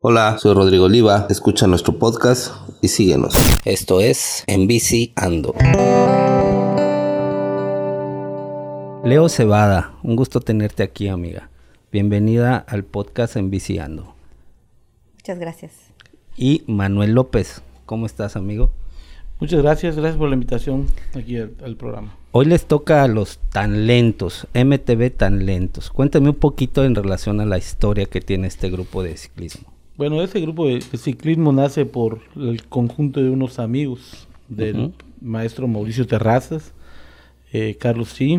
Hola, soy Rodrigo Oliva, escucha nuestro podcast y síguenos. Esto es En Bici Ando. Leo Cebada, un gusto tenerte aquí, amiga. Bienvenida al podcast En Bici Ando. Muchas gracias. Y Manuel López, ¿cómo estás, amigo? Muchas gracias por la invitación aquí al programa. Hoy les toca a los Tan Lentos, MTV Tan Lentos. Cuéntame un poquito en relación a la historia que tiene este grupo de ciclismo. Bueno, este grupo de ciclismo nace por el conjunto de unos amigos del maestro Mauricio Terrazas, Carlos Sí,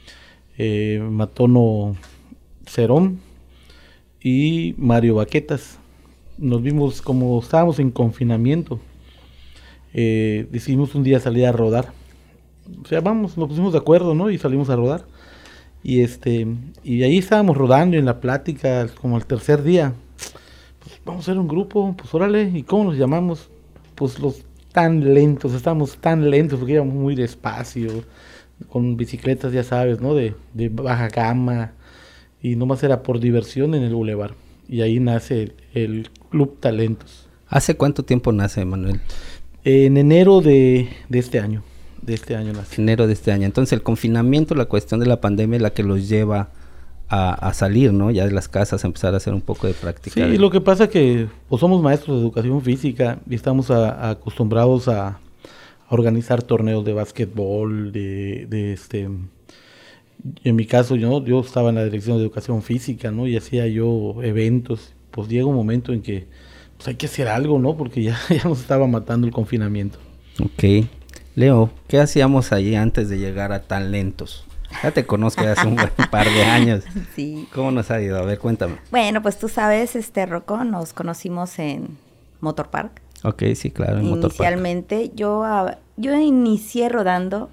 Matono Cerón y Mario Baquetas. Nos vimos como estábamos en confinamiento. Decidimos un día salir a rodar. O sea, nos pusimos de acuerdo, ¿no? Y salimos a rodar. Y ahí estábamos rodando en la plática como el tercer día. Pues vamos a hacer un grupo, pues órale. ¿Y cómo nos llamamos? Pues los Tan Lentos. Estábamos tan lentos porque íbamos muy despacio, con bicicletas, ya sabes, ¿no? De baja gama. Y nomás era por diversión en el bulevar. Y ahí nace el Club Talentos. ¿Hace cuánto tiempo nace, Manuel? En enero de este año. De este año nace. Enero de este año. Entonces el confinamiento, la cuestión de la pandemia es la que los lleva a salir, ¿no? Ya de las casas, a empezar a hacer un poco de práctica. Sí, lo que pasa es que pues, somos maestros de educación física y estamos acostumbrados a organizar torneos de básquetbol, en mi caso yo estaba en la dirección de educación física, ¿no? Y hacía yo eventos. Pues llega un momento en que pues, hay que hacer algo, ¿no? Porque ya nos estaba matando el confinamiento. Ok. Leo, ¿qué hacíamos allí antes de llegar a Tan Lentos? Ya te conozco hace un par de años. Sí. ¿Cómo nos ha ido? A ver, cuéntame. Bueno, pues tú sabes, Rocco, nos conocimos en Motor Park. Ok, sí, claro, en Motor Park. Inicialmente, yo inicié rodando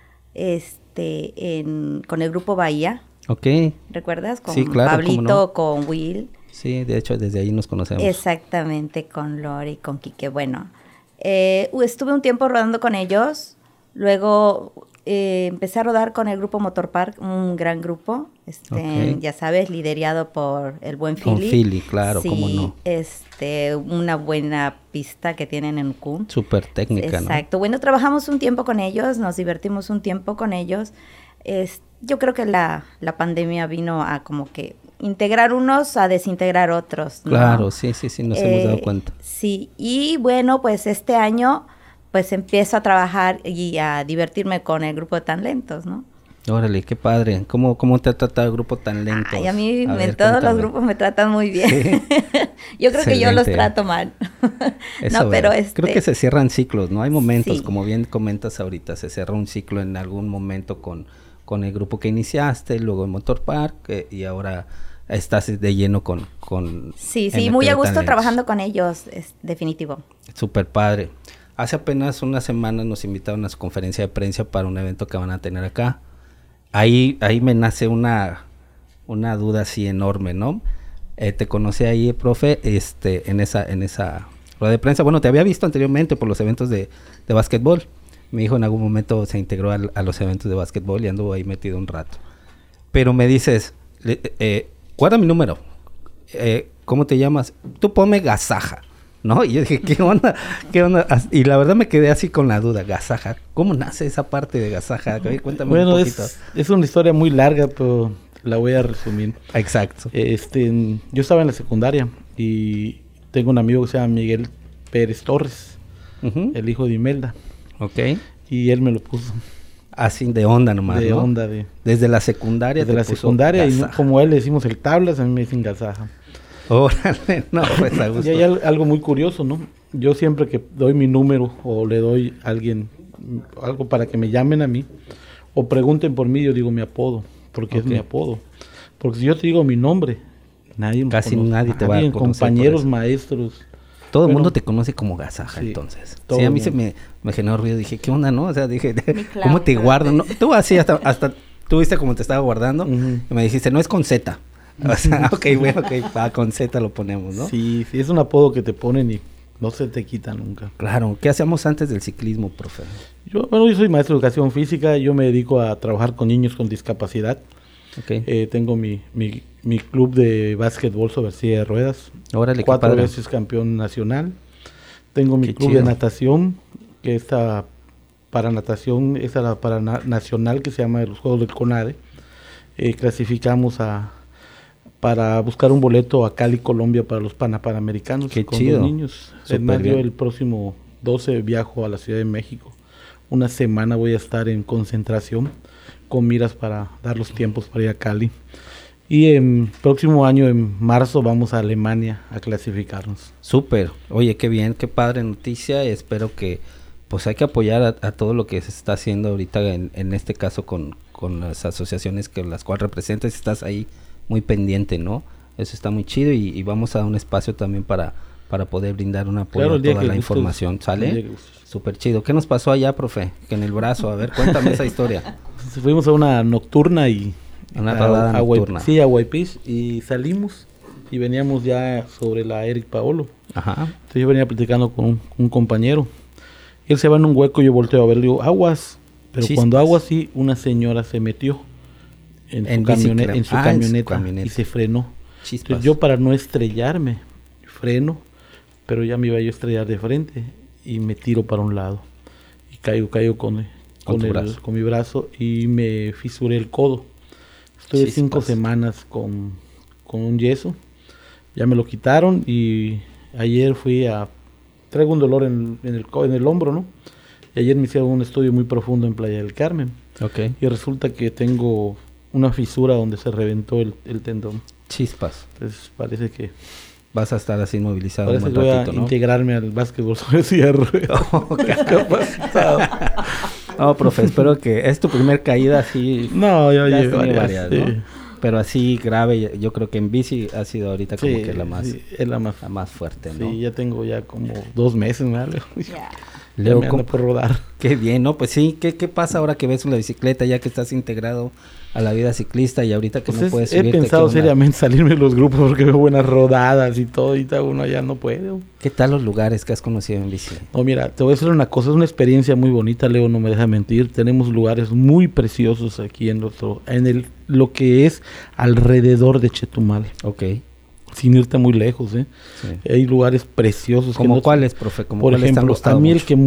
con el grupo Bahía. Ok. ¿Recuerdas? Con sí, claro, Pablito, no. con Will. Sí, de hecho, desde ahí nos conocemos. Exactamente, con Lori, con Quique. Bueno, estuve un tiempo rodando con ellos. Luego empecé a rodar con el grupo Motor Park, un gran grupo, Okay. Ya sabes, liderado por el buen Philly. Con Philly, claro, sí, cómo no. Una buena pista que tienen en Q. Súper técnica, ¿no? Exacto. Bueno, trabajamos un tiempo con ellos, nos divertimos un tiempo con ellos. Yo creo que la pandemia vino a como que integrar unos a desintegrar otros, ¿no? Claro, sí, nos hemos dado cuenta. Sí, y bueno, pues este año pues empiezo a trabajar y a divertirme con el grupo de Tan Lentos, ¿no? Órale, qué padre. ¿Cómo te ha tratado el grupo Tan Lentos? Ay, a mí todos cuéntame. los grupos me tratan muy bien. ¿Sí? Yo creo que yo los trato mal. Eso, no, pero creo que se cierran ciclos, ¿no? Hay momentos, sí. como bien comentas ahorita, se cierra un ciclo en algún momento con el grupo que iniciaste, luego en Motor Park y ahora estás de lleno con Sí, MTV muy a gusto Talentos. Trabajando con ellos, es definitivo. Súper padre. Hace apenas unas semanas nos invitaron a su conferencia de prensa para un evento que van a tener acá. Ahí me nace una duda así enorme, ¿no? Te conocí ahí, profe, en esa rueda de prensa. Bueno, te había visto anteriormente por los eventos de básquetbol. Mi hijo en algún momento se integró a los eventos de básquetbol y anduvo ahí metido un rato. Pero me dices, guarda mi número. ¿Cómo te llamas? Tú ponme Gazaja, ¿no? Y yo dije, ¿qué onda? Y la verdad me quedé así con la duda, Gazaja. ¿Cómo nace esa parte de Gazaja? Cuéntame un poquito. Es una historia muy larga, pero la voy a resumir. Exacto. Yo estaba en la secundaria y tengo un amigo que se llama Miguel Pérez Torres, el hijo de Imelda. Ok. Y él me lo puso. Así de onda nomás, de ¿no? Onda. Desde la secundaria. Desde la secundaria, y como a él le decimos el tablas, a mí me dicen Gazaja. Órale, no, pues a gusto. Y hay algo muy curioso, ¿no? Yo siempre que doy mi número o le doy a alguien algo para que me llamen a mí o pregunten por mí, yo digo mi apodo, porque es mi apodo. Porque si yo te digo mi nombre, casi nadie te va a conocer. Compañeros, maestros. Todo el mundo te conoce como Gazaja, sí, entonces. Sí, a mí se me generó ruido. Dije, ¿qué onda, no? O sea, dije, ¿cómo te guardo? No, tú así hasta tú viste cómo te estaba guardando. Y me dijiste, no es con Z. O sea, bueno, con Z lo ponemos, ¿no? Sí, es un apodo que te ponen y no se te quita nunca. Claro. ¿Qué hacíamos antes del ciclismo, profe? Yo soy maestro de educación física. Yo me dedico a trabajar con niños con discapacidad. Tengo mi mi club de básquetbol sobre silla de ruedas. Órale, qué 4 padre. veces campeón nacional. Tengo mi Qué club chido. de natación, que está para natación, esa la para nacional que se llama los Juegos del CONADE. Clasificamos para buscar un boleto a Cali, Colombia para los Panamericanos Qué con chido. 2 niños. Súper Además, yo bien. el próximo 12 viajo a la Ciudad de México. Una semana voy a estar en concentración con miras para dar los tiempos para ir a Cali. Y el próximo año, en marzo, vamos a Alemania a clasificarnos. Súper. Oye, qué bien, qué padre noticia. Espero que, pues hay que apoyar a todo lo que se está haciendo ahorita, en este caso con las asociaciones que las cuales representas. Estás ahí muy pendiente, ¿no? Eso está muy chido y vamos a dar un espacio también para poder brindar un apoyo Claro, a el día toda que la gustes, información. el día ¿Sale? que gustes. Súper chido. ¿Qué nos pasó allá, profe? Que en el brazo. A ver, cuéntame esa historia. Fuimos a una nocturna y... Una rodada nocturna. Sí, a Guaypich, y salimos y veníamos ya sobre la Eric Paolo. Ajá. Entonces yo venía platicando con un compañero. Él se va en un hueco y yo volteo a ver, le digo, aguas. Pero Chispas. cuando hago así, una señora se metió en su camioneta y se frenó. Chispas. Entonces yo, para no estrellarme, freno, pero ya me iba yo a estrellar de frente y me tiro para un lado. Y caigo con mi brazo y me fisuré el codo. Estuve Chispas. 5 semanas con un yeso. Ya me lo quitaron y ayer traigo un dolor en el hombro, ¿no? Y ayer me hicieron un estudio muy profundo en Playa del Carmen. Ok. Y resulta que tengo una fisura donde se reventó el tendón. Chispas. Entonces parece que Vas a estar así movilizado un voy buen a ratito, ¿no? integrarme al básquetbol sobre silla de ruedas. Capacitado. No, profe, espero que es tu primer caída así. No, yo Ya has llevo tenido varias, varias, sí. ¿no? Pero así grave, yo creo que en bici ha sido ahorita como Sí, que la más, sí, es la más. la más fuerte, ¿no? Sí, ya tengo ya como 2 meses, ¿no? Ya. Leo, me ando por rodar. qué bien, ¿no? Pues sí, ¿qué pasa ahora que ves la bicicleta, ya que estás integrado a la vida ciclista y ahorita que Pues no puedes he subirte? pensado ¿qué onda? seriamente salirme de los grupos porque veo buenas rodadas y todo, y uno ya no puede. ¿Qué tal los lugares que has conocido en bici? No, mira, te voy a decir una cosa, es una experiencia muy bonita, Leo, no me deja mentir. Tenemos lugares muy preciosos aquí en lo que es alrededor de Chetumal, Ok. sin irte muy lejos, ¿eh? Sí. Hay lugares preciosos. que ¿Cómo no- cuáles, profe? ¿Cómo Por cuáles te han ejemplo, gustado a mí el mucho? que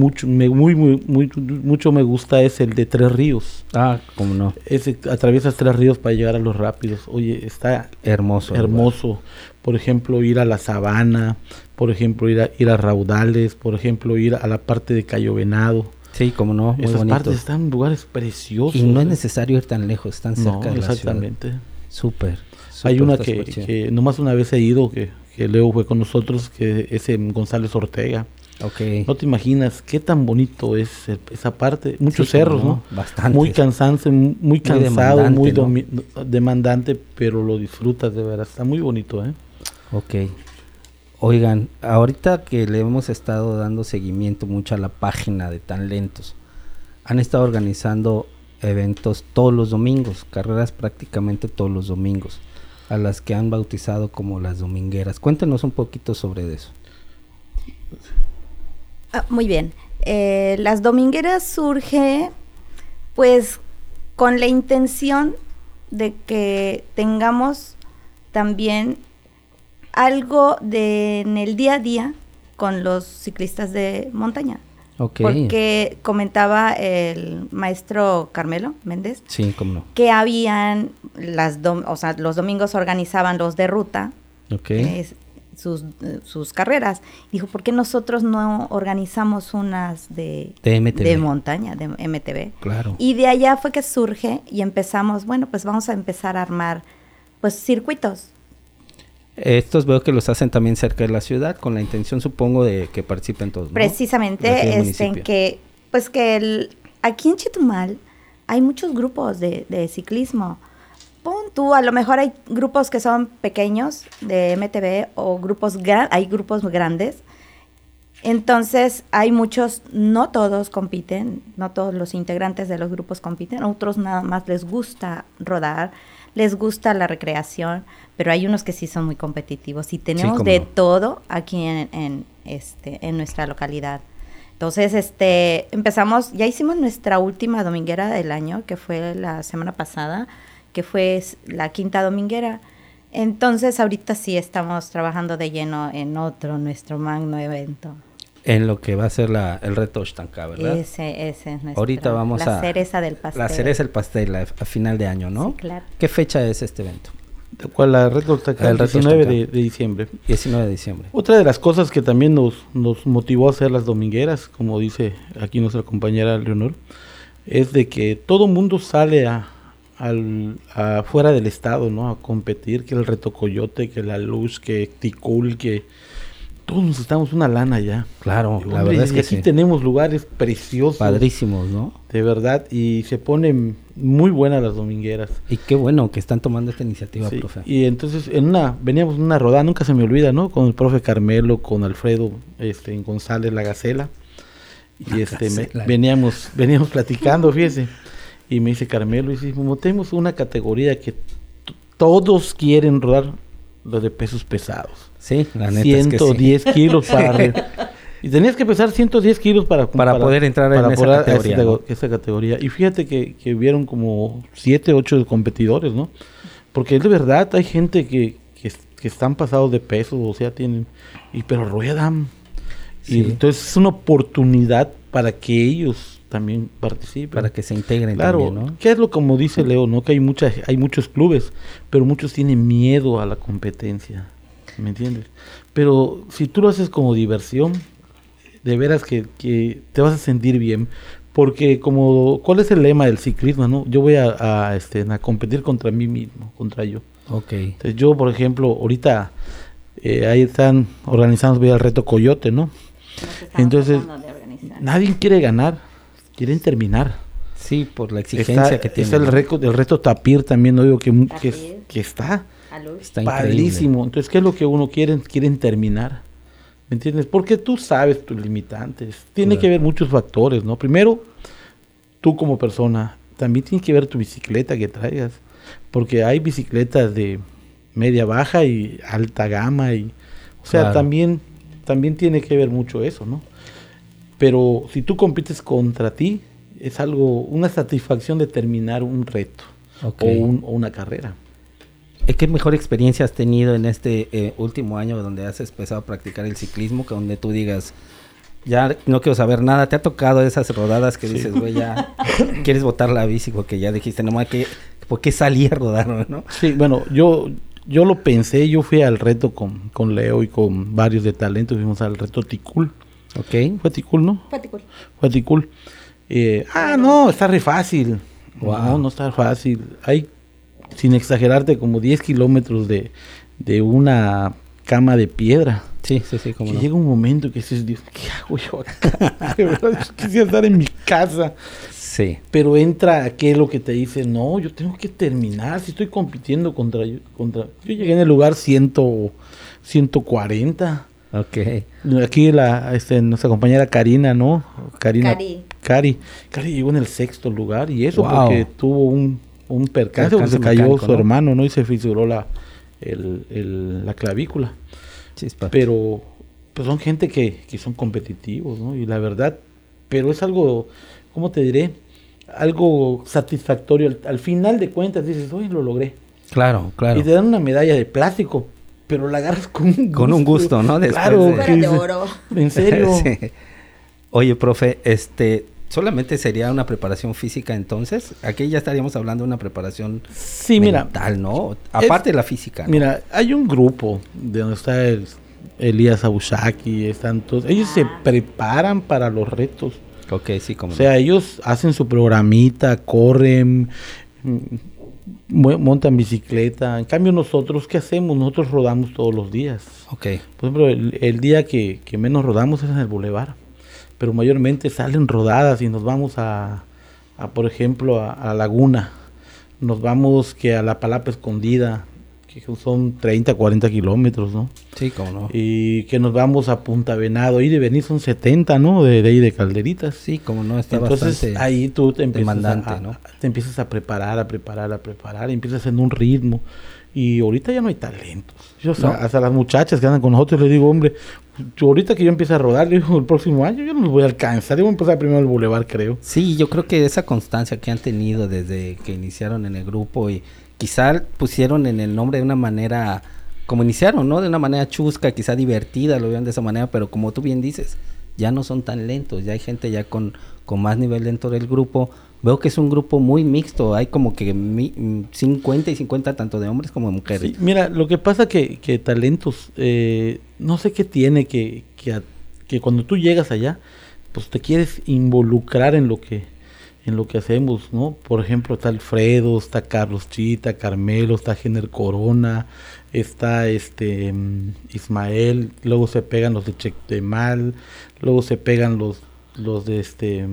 mucho me gusta es el de Tres Ríos. Ah, cómo no. Ese atraviesas 3 ríos para llegar a los rápidos. Oye, está Hermoso. el lugar. hermoso. Por ejemplo, ir a la Sabana, por ejemplo, ir a Raudales, por ejemplo, ir a la parte de Cayo Venado. Sí, cómo no, muy Esas bonito. partes están en lugares preciosos. Y no es ¿eh? necesario ir tan lejos, están cerca No, de la ciudad. exactamente. Súper. Hay súper, una está que, súper chido. que nomás una vez he ido, que Leo fue con nosotros, que es en González Ortega. Ok. No te imaginas qué tan bonito es esa parte. Muchos Sí, cómo cerros, ¿no? Bastantes. Muy cansado, muy cansado, demandante, muy ¿no? demandante, pero lo disfrutas de veras. Está muy bonito, ¿eh? Ok. Oigan, ahorita que le hemos estado dando seguimiento mucho a la página de Tan Lentos, han estado organizando eventos todos los domingos, carreras prácticamente todos los domingos, a las que han bautizado como las domingueras. Cuéntenos un poquito sobre eso. Muy bien. Las domingueras surge pues con la intención de que tengamos también algo en el día a día con los ciclistas de montaña. Ok. Porque comentaba el maestro Carmelo Méndez Sí, cómo no. que habían los domingos organizaban los de ruta, Ok. sus carreras. Dijo, ¿por qué nosotros no organizamos unas de MTB. montaña, de MTB? Claro. Y de allá fue que surge y empezamos, bueno, pues vamos a empezar a armar pues circuitos. Estos veo que los hacen también cerca de la ciudad, con la intención, supongo, de que participen todos, ¿no? Precisamente, De aquí del en municipio. que, pues aquí en Chetumal hay muchos grupos de ciclismo. Pon tú, a lo mejor hay grupos que son pequeños de MTB o hay grupos grandes. Entonces, hay muchos, no todos compiten, no todos los integrantes de los grupos compiten, a otros nada más les gusta rodar, les gusta la recreación, pero hay unos que sí son muy competitivos y tenemos cómo de no. todo aquí en nuestra localidad. Entonces, empezamos, ya hicimos nuestra última dominguera del año, que fue la semana pasada, que fue la quinta dominguera. Entonces, ahorita sí estamos trabajando de lleno en nuestro magno evento. En lo que va a ser el reto Oxtancá, ¿verdad? Ese es nuestro, ahorita vamos la cereza del pastel. La cereza del pastel a final de año, ¿no? Sí, claro. ¿Qué fecha es este evento? ¿Cuál? La reto Oxtancá, el 19 de diciembre. 19 de diciembre. Otra de las cosas que también nos motivó a hacer las domingueras, como dice aquí nuestra compañera Leonor, es de que todo mundo sale fuera del estado, ¿no? A competir, que el reto Coyote, que la Luz, que Ticul, que todos nos estamos una lana ya. Claro, la verdad es que aquí tenemos lugares preciosos. Padrísimos, ¿no? De verdad, y se ponen muy buenas las domingueras. Y qué bueno que están tomando esta iniciativa, sí, profe. Y entonces veníamos en una rodada, nunca se me olvida, ¿no? Con el profe Carmelo, con Alfredo González, la Gacela. Y veníamos platicando, fíjese. Y me dice Carmelo, y dice, montemos una categoría que todos quieren rodar, lo de pesos pesados. Sí, la neta 110 es que sí. kilos para... Y tenías que pesar 110 kilos para poder entrar en esa categoría. Esa categoría. Y fíjate que hubieron como 7, 8 competidores, ¿no? Porque es de verdad, hay gente que están pasados de peso, o sea, pero ruedan. Sí. Y entonces es una oportunidad para que ellos también participen. Para que se integren claro, también, ¿no? ¿Qué es lo como dice Leo, no? Que hay muchos clubes, pero muchos tienen miedo a la competencia, ¿me entiendes? Pero si tú lo haces como diversión, de veras que te vas a sentir bien, porque ¿cuál es el lema del ciclismo, no? Yo voy a competir contra mí mismo, contra yo. Okay. Entonces yo, por ejemplo, ahorita ahí están organizando el reto Coyote, ¿no? Entonces nadie quiere ganar, quieren terminar. Sí, por la exigencia que tiene. Está el reto Tapir también, oigo que está padrísimo. Entonces, ¿qué es lo que uno quiere? Quieren terminar. ¿Me entiendes? Porque tú sabes tus limitantes. Tiene que ver muchos factores, ¿no? Primero, tú como persona, también tienes que ver tu bicicleta que traigas. Porque hay bicicletas de media baja y alta gama. O sea, también tiene que ver mucho eso, ¿no? Pero si tú compites contra ti, es una satisfacción de terminar un reto o una carrera. ¿Qué mejor experiencia has tenido en este último año donde has empezado a practicar el ciclismo? Que donde tú digas, ya no quiero saber nada. ¿Te ha tocado esas rodadas que dices, güey, ya quieres botar la bici? Porque ya dijiste, nomás ¿por qué salí a rodar, no? Sí, bueno, yo lo pensé. Yo fui al reto con Leo y con varios de talento. Fuimos al reto Ticul. Ok. Fue Ticul, ¿no? Fue Ticul. No, está re fácil. Wow. No está fácil. Hay, sin exagerarte, como 10 kilómetros de una cama de piedra. Sí, como llega un momento que dices, Dios, ¿qué hago yo acá? De verdad, yo quisiera estar en mi casa. Sí. Pero entra aquello que te dice, no, yo tengo que terminar. Si estoy compitiendo contra yo llegué en el lugar 140. Ok. Aquí nuestra compañera Karina, ¿no? Cari llegó en el 6º lugar, y eso porque tuvo un percance, porque se cayó mecánico, su hermano, ¿no? Y se fisuró la clavícula. Chispa. Pero pues son gente que son competitivos, ¿no? Y la verdad, pero es algo, ¿cómo te diré? Algo satisfactorio. Al final de cuentas dices, oye, lo logré. Claro. Y te dan una medalla de plástico, pero la agarras con un gusto. Con un gusto, ¿no? Después claro. De oro. ¿En serio? Sí. Oye, profe, ¿solamente sería una preparación física entonces? Aquí ya estaríamos hablando de una preparación mental, ¿no? Aparte de la física, ¿no? Mira, hay un grupo de donde está Elías Abusaki, están todos. Ellos se preparan para los retos. Ok, sí, como. O sea, ellos hacen su programita, corren, montan bicicleta. En cambio, nosotros, ¿qué hacemos? Nosotros rodamos todos los días. Ok. Por ejemplo, el día que menos rodamos es en el bulevar. Pero mayormente salen rodadas y nos vamos por ejemplo, a Laguna. Nos vamos a la Palapa Escondida, que son 30, 40 kilómetros, ¿no? Sí, cómo no. Y que nos vamos a Punta Venado. Y de venir son 70, ¿no? De ahí de Calderitas. Sí, como no, está entonces, bastante ahí tú te empiezas ¿no? Te empiezas a preparar, y empiezas en un ritmo. Y ahorita ya no hay talentos. Yo hasta las muchachas que andan con nosotros les digo, hombre, ahorita que yo empiece a rodar, le digo, el próximo año yo no los voy a alcanzar. Yo voy a empezar primero el bulevar, creo. Sí, yo creo que esa constancia que han tenido desde que iniciaron en el grupo y quizá pusieron en el nombre de una manera, como iniciaron, ¿no? De una manera chusca, quizá divertida, lo vean de esa manera, pero como tú bien dices, ya no son tan lentos, ya hay gente ya con más nivel dentro del grupo. Veo que es un grupo muy mixto, hay como que 50 y 50 tanto de hombres como de mujeres. Sí, mira, lo que pasa que talentos, no sé qué tiene que cuando tú llegas allá, pues te quieres involucrar en lo que hacemos, ¿no? Por ejemplo, está Alfredo, está Carlos Chita, Carmelo, está Jenner Corona, está Ismael, luego se pegan los de Chetemal, luego se pegan los de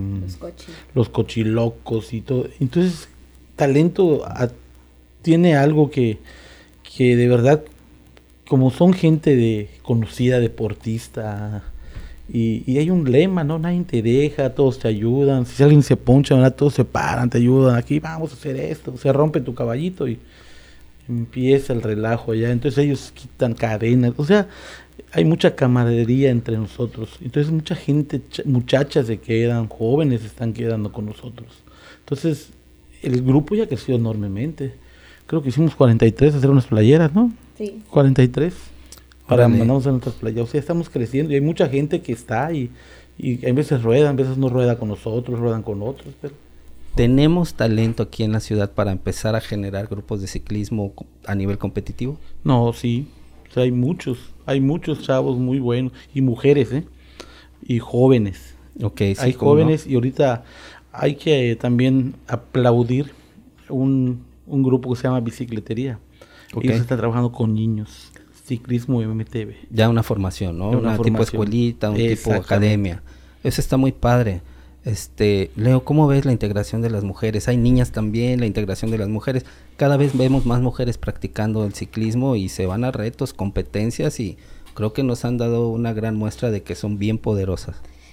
los cochilocos y todo. Entonces, talento tiene algo que de verdad, como son gente conocida, deportista, y hay un lema, ¿no? Nadie te deja, todos te ayudan. Si alguien se poncha, ¿verdad? Todos se paran, te ayudan. Aquí vamos a hacer esto. Se rompe tu caballito y empieza el relajo allá. Entonces ellos quitan cadenas. O sea, hay mucha camaradería entre nosotros. Entonces mucha gente, muchachas se quedan, jóvenes están quedando con nosotros. Entonces el grupo ya creció enormemente. Creo que hicimos 43 hacer unas playeras, ¿no? Sí. 43. Para Órale. mandarnos a nuestras playas. O sea, estamos creciendo y hay mucha gente que está y a veces rueda, a veces no rueda con nosotros, ruedan con otros. Pero... ¿Tenemos talento aquí en la ciudad para empezar a generar grupos de ciclismo a nivel competitivo? No, sí. O sea, hay muchos chavos muy buenos y mujeres, y jóvenes. Ok, sí, Hay ¿cómo jóvenes y ahorita hay que también aplaudir un grupo que se llama Bicicletería. Ok. Ellos están trabajando con niños. Ciclismo MTV. Ya una formación, ¿no? Ya una tipo formación. escuelita, un tipo Exactamente. academia. Eso está muy padre. Leo, ¿cómo ves la integración de las mujeres? Hay niñas también, la integración de las mujeres. Cada vez vemos más mujeres practicando el ciclismo y se van a retos, competencias, y creo que nos han dado una gran muestra de que son bien poderosas.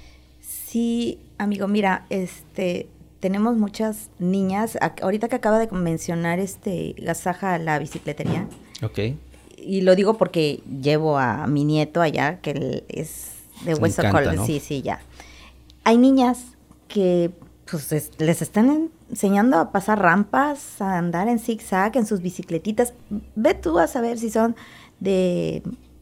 Sí, amigo, mira, tenemos muchas niñas. Ahorita que acaba de mencionar Gasaja, la bicicletería. Ok. Y lo digo porque llevo a mi nieto allá, que él es de Se Western encanta, College. ¿no? Sí, sí, ya. Hay niñas que pues les están enseñando a pasar rampas, a andar en zigzag, en sus bicicletitas. Ve tú a saber si son de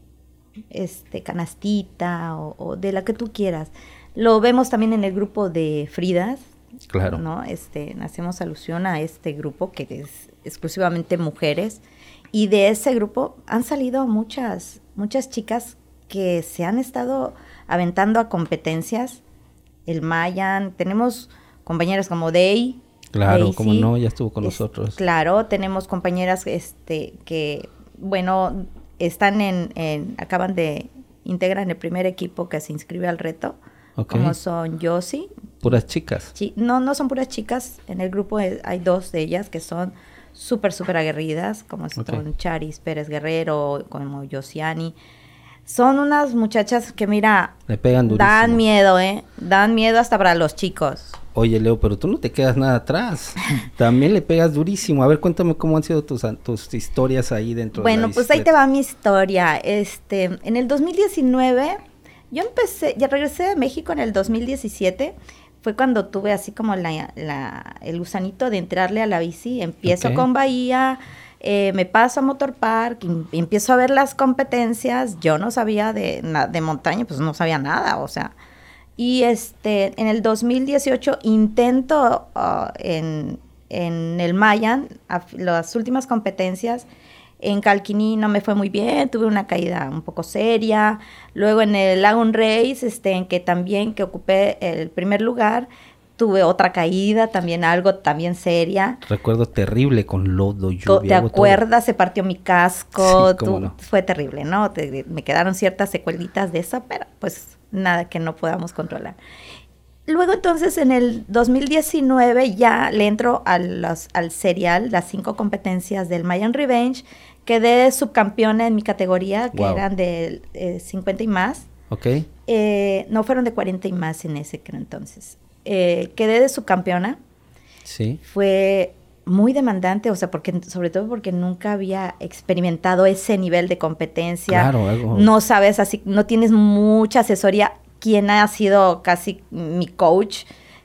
canastita o de la que tú quieras. Lo vemos también en el grupo de Fridas. Claro. ¿No? Hacemos alusión a este grupo que es exclusivamente mujeres. Y de ese grupo han salido muchas chicas que se han estado aventando a competencias. El Mayan, tenemos compañeras como Day. Claro, Daisy, como no, ya estuvo con nosotros. Claro, tenemos compañeras que, bueno, acaban de integrar el primer equipo que se inscribe al reto. Okay. Como son Yossi. Puras chicas. No son puras chicas. En el grupo hay dos de ellas que son súper aguerridas, como son Charis Pérez Guerrero, como Yosiani. Son unas muchachas que, mira, le pegan durísimo. Dan miedo, dan miedo hasta para los chicos. Oye, Leo, pero tú no te quedas nada atrás. También le pegas durísimo. A ver, cuéntame cómo han sido tus historias ahí dentro de la Bueno, pues ahí te va mi historia. En el 2019, yo regresé de México en el 2017. Fue cuando tuve así como el gusanito de entrarle a la bici. Empiezo con Bahía, me paso a Motor Park, y empiezo a ver las competencias. Yo no sabía de montaña, pues no sabía nada, o sea. Y en el 2018 intento en el Mayan, las últimas competencias. En Calquiní no me fue muy bien, tuve una caída un poco seria. Luego en el Lagoon Race, en que ocupé el primer lugar, tuve otra caída, algo seria. Recuerdo terrible con lodo, lluvia. ¿Te acuerdas? Se partió mi casco. Sí, cómo no. Fue terrible, ¿no? Me quedaron ciertas secuelitas de eso, pero pues nada que no podamos controlar. Luego entonces en el 2019 ya le entro al serial, las 5 competencias del Mayan Revenge. Quedé subcampeona en mi categoría, que eran de 50 y más. Ok. No, fueron de 40 y más en ese, creo, entonces. Quedé de subcampeona. Sí. Fue muy demandante, o sea, sobre todo porque nunca había experimentado ese nivel de competencia. Claro, algo. No sabes, así, no tienes mucha asesoría. Quien ha sido casi mi coach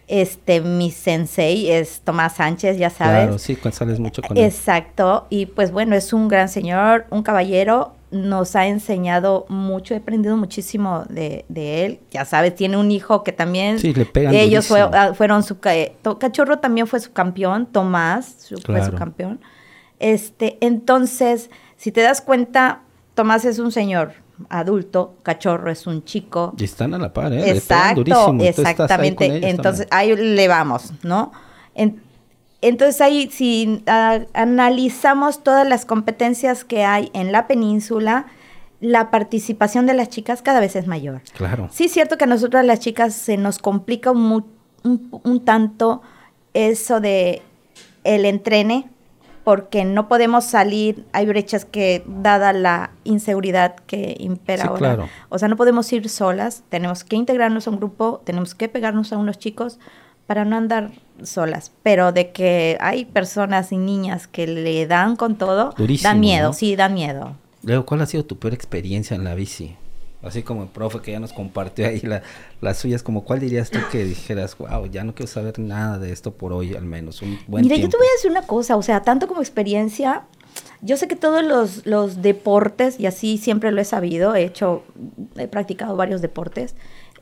Mi sensei es Tomás Sánchez, ya sabes. Claro, sí, sales mucho con él. Exacto, y pues bueno, es un gran señor, un caballero, nos ha enseñado mucho, he aprendido muchísimo de él, ya sabes, tiene un hijo que también, sí, le pegan ellos durísimo. fueron Cachorro también fue su campeón, Tomás fue su campeón, entonces, si te das cuenta, Tomás es un señor adulto, Cachorro es un chico. Y están a la par, ¿eh? Exacto, exactamente. Entonces, ahí le vamos, ¿no? Entonces, ahí, si analizamos todas las competencias que hay en la península, la participación de las chicas cada vez es mayor. Claro. Sí, es cierto que a nosotras las chicas se nos complica un tanto eso de el entrene, porque no podemos salir, hay brechas que, dada la inseguridad que impera ahora, claro. O sea, no podemos ir solas, tenemos que integrarnos a un grupo, tenemos que pegarnos a unos chicos para no andar solas, pero de que hay personas y niñas que le dan con todo, durísimo, dan miedo, ¿no? Sí, dan miedo. Leo, ¿cuál ha sido tu peor experiencia en la bici? Así como el profe que ya nos compartió ahí las suyas, como cuál dirías tú que dijeras, wow, ya no quiero saber nada de esto por hoy, al menos, un buen Mira, tiempo. yo te voy a decir una cosa, o sea, tanto como experiencia, yo sé que todos los deportes, y así siempre lo he sabido, he practicado varios deportes,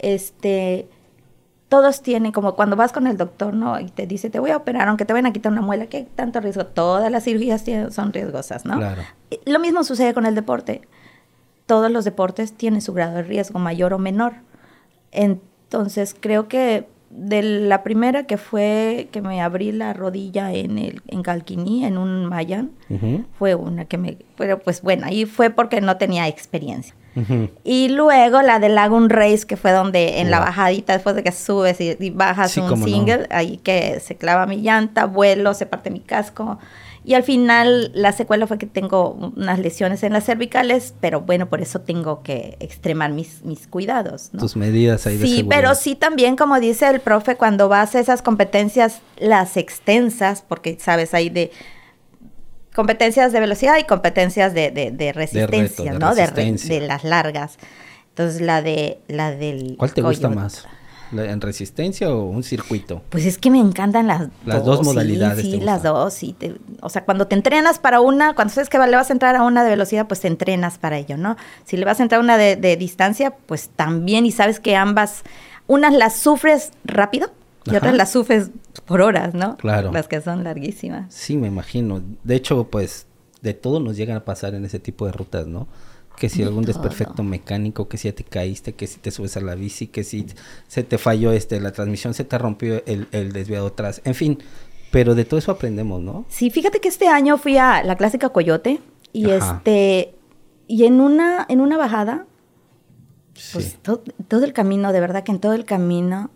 todos tienen, como cuando vas con el doctor, ¿no? Y te dice, te voy a operar, aunque te vayan a quitar una muela, ¿qué tanto riesgo? Todas las cirugías son riesgosas, ¿no? Claro. Lo mismo sucede con el deporte. Todos los deportes tienen su grado de riesgo, mayor o menor. Entonces, creo que de la primera que fue que me abrí la rodilla en Calquiní, en un Mayan, fue una que pero pues bueno, ahí fue porque no tenía experiencia. Y luego la de Lagoon Race, que fue donde en la bajadita, después de que subes y bajas un single, ahí que se clava mi llanta, vuelo, se parte mi casco. Y al final la secuela fue que tengo unas lesiones en las cervicales, pero bueno, por eso tengo que extremar mis cuidados, ¿no? Tus medidas ahí de seguridad. Sí, pero sí también, como dice el profe, cuando vas a esas competencias, las extensas, porque sabes, hay de competencias de velocidad y competencias de resistencia, ¿no? De las largas. Entonces, la del ¿cuál te gusta más? ¿En resistencia o un circuito? Pues es que me encantan las dos modalidades. Sí, las dos. Sí, o sea, cuando te entrenas para una, cuando sabes que le vas a entrar a una de velocidad, pues te entrenas para ello, ¿no? Si le vas a entrar a una de distancia, pues también, y sabes que ambas, unas las sufres rápido y otras las sufres por horas, ¿no? Claro. Las que son larguísimas. Sí, me imagino. De hecho, pues, de todo nos llegan a pasar en ese tipo de rutas, ¿no? Que si algún desperfecto mecánico, que si ya te caíste, que si te subes a la bici, que si se te falló la transmisión, se te rompió el desviado atrás, en fin, pero de todo eso aprendemos, ¿no? Sí, fíjate que este año fui a la clásica Coyote y y en una bajada, pues todo el camino, de verdad que en todo el camino,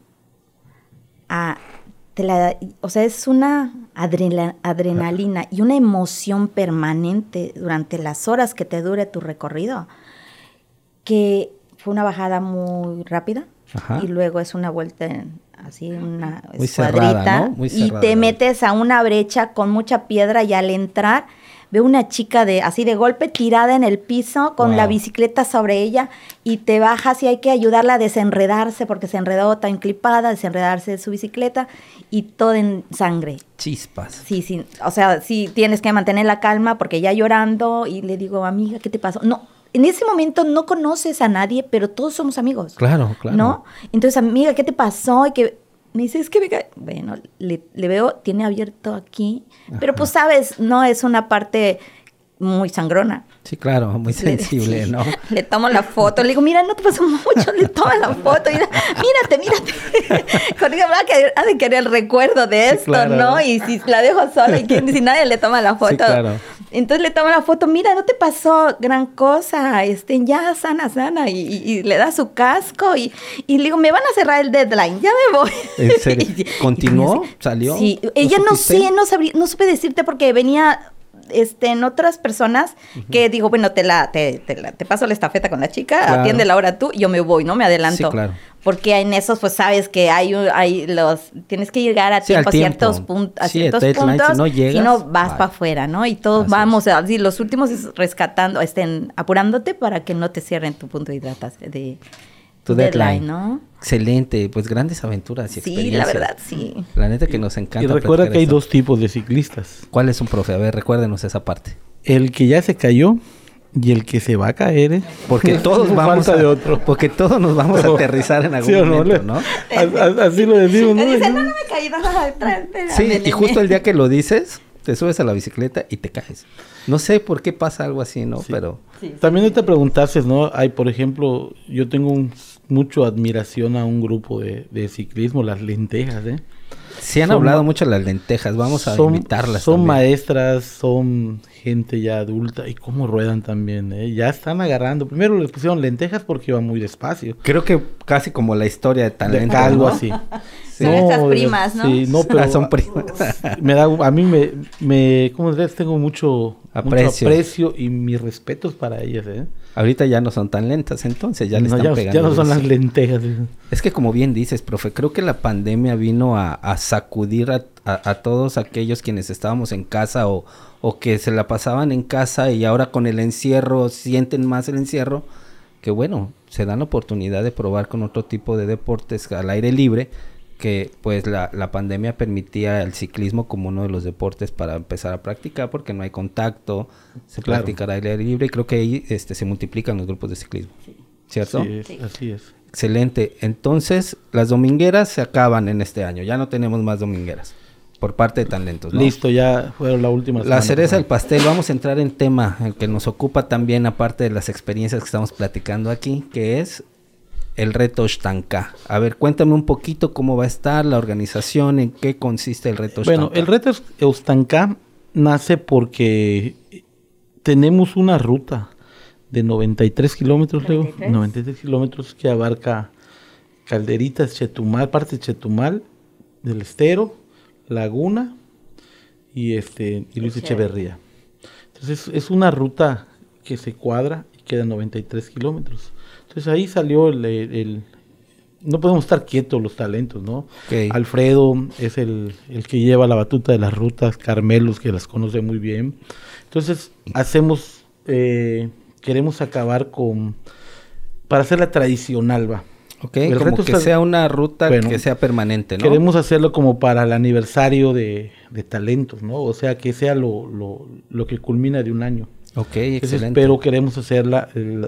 o sea, es una adrenalina y una emoción permanente durante las horas que te dure tu recorrido, que fue una bajada muy rápida y luego es una vuelta así, una muy escuadrita, cerrada, ¿no? Muy cerrada, y te metes a una brecha con mucha piedra y al entrar veo una chica así de golpe tirada en el piso con la bicicleta sobre ella y te bajas y hay que ayudarla a desenredarse porque se enredó, está enclipada, desenredarse de su bicicleta y todo en sangre. Chispas. Sí, o sea, sí tienes que mantener la calma porque ya llorando y le digo, amiga, ¿qué te pasó? No, en ese momento no conoces a nadie, pero todos somos amigos. Claro. ¿No? Entonces, amiga, ¿qué te pasó? Y que me dice, es que bueno, le veo, tiene abierto aquí, pero pues sabes, no es una parte muy sangrona. Sí, claro, muy sensible, ¿no? Le tomo la foto, le digo, mira, no te pasó mucho, le tomo la foto, y mírate. Conmigo ha de querer el recuerdo de esto, claro, ¿no? Y si la dejo sola y si nadie le toma la foto. Sí, claro. Entonces le tomo la foto, mira, no te pasó gran cosa, ya sana, y le da su casco, y le digo, me van a cerrar el deadline, ya me voy. ¿En serio? ¿Continuó? ¿Salió? Sí, ella no supe decirte porque venía en otras personas que digo, bueno, te paso la estafeta con la chica, claro, atiéndela ahora tú, y yo me voy, ¿no? Me adelanto. Sí, claro. Porque en esos, pues, sabes que tienes que llegar a tiempo, a ciertos puntos, si no llegas, si no vas para afuera, ¿no? Y todos vamos, así, los últimos rescatando, apurándote para que no te cierren tu punto de hidratación, tu deadline, ¿no? Excelente, pues grandes aventuras y experiencias. Sí, la verdad, sí. La neta que nos encanta. Y recuerda platicar que hay esto. 2 tipos de ciclistas. ¿Cuál es un profe? A ver, recuérdenos esa parte. El que ya se cayó y el que se va a caer, ¿eh? Porque todos No vamos falta de otro. Porque todos nos vamos a aterrizar en algún ¿Sí o no? momento, ¿no? Así lo decimos, Me ¿no? dicen, no me caí, no, atrás, Sí, espérame, y justo nene". el día que lo dices, te subes a la bicicleta y te caes. No sé por qué pasa algo así, ¿no? Sí. Pero Sí, También no te preguntaste, ¿no? Hay, por ejemplo, yo tengo mucho admiración a un grupo de ciclismo, las lentejas, ¿eh? sí han Son hablado ma- mucho de las lentejas, vamos a Son- invitarlas Son también. maestras, son gente ya adulta y cómo ruedan también, ¿eh? Ya están agarrando. Primero les pusieron lentejas porque iban muy despacio. Creo que casi como la historia de talento, Algo ¿no? así. Son nuestras primas, ¿no? Sí, no, pero Son primas. a mí me ¿cómo decir? Tengo mucho Aprecio. aprecio y mis respetos para ellas, ¿eh? Ahorita ya no son tan lentas, entonces ya le No, están ya pegando. no son las durísimo. lentejas. ¿eh? Es que como bien dices, profe, creo que la pandemia vino a sacudir a todos aquellos quienes estábamos en casa o que se la pasaban en casa y ahora con el encierro sienten más el encierro, que bueno, se dan la oportunidad de probar con otro tipo de deportes al aire libre, que pues la pandemia permitía el ciclismo como uno de los deportes para empezar a practicar porque no hay contacto, se Claro. practica al aire libre y creo que ahí se multiplican los grupos de ciclismo, ¿cierto? Sí, así es. Excelente. Entonces, las domingueras se acaban en este año. Ya no tenemos más domingueras por parte de Talentos, ¿no? Listo, ya fueron la última La semana cereza del pasada. pastel. Vamos a entrar en tema, el que nos ocupa también, aparte de las experiencias que estamos platicando aquí, que es el reto Xtanca. A ver, cuéntame un poquito cómo va a estar la organización, en qué consiste el reto Xtanca. Bueno, el reto Xtanca nace porque tenemos una ruta de 93 kilómetros, Leo. 93. 93 kilómetros que abarca Calderitas, Chetumal, parte de Chetumal, del Estero, Laguna y Luis Echeverría. Entonces es una ruta que se cuadra y queda 93 kilómetros. Entonces ahí salió no podemos estar quietos los talentos, ¿no? Ok. Alfredo es el que lleva la batuta de las rutas, Carmelos que las conoce muy bien. Entonces queremos acabar para hacerla tradicional, va. Ok, el como reto que está- sea una ruta Bueno, que sea permanente, ¿no? Queremos hacerlo como para el aniversario de talentos, ¿no? O sea, que sea lo que culmina de un año. Ok, Entonces, excelente. pero queremos hacerla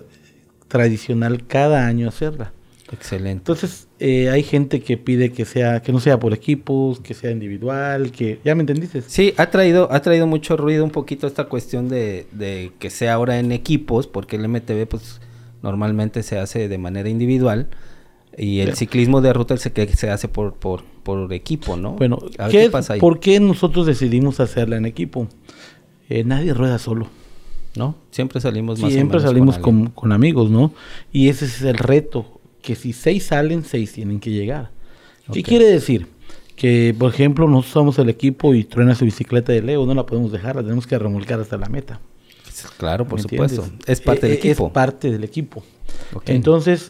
tradicional cada año hacerla. Excelente. Entonces, hay gente que pide que no sea por equipos, que sea individual, que ¿ya me entendiste? Sí, ha traído mucho ruido un poquito esta cuestión de que sea ahora en equipos, porque el MTB pues normalmente se hace de manera individual y el ciclismo de ruta es el que se hace por equipo, ¿no? Bueno, A ver qué pasa ahí, ¿por qué nosotros decidimos hacerla en equipo? Nadie rueda solo. ¿no? Siempre salimos más Siempre o menos salimos alguien. con amigos, ¿no? Y ese es el reto, que si 6 salen, 6 tienen que llegar. ¿Qué Ok. quiere decir? Que, por ejemplo, nosotros somos el equipo y truena su bicicleta de Leo, no la podemos dejar, la tenemos que remolcar hasta la meta. Claro, por ¿Me supuesto. entiendes? Es parte del equipo. Es parte del equipo. Ok. Entonces,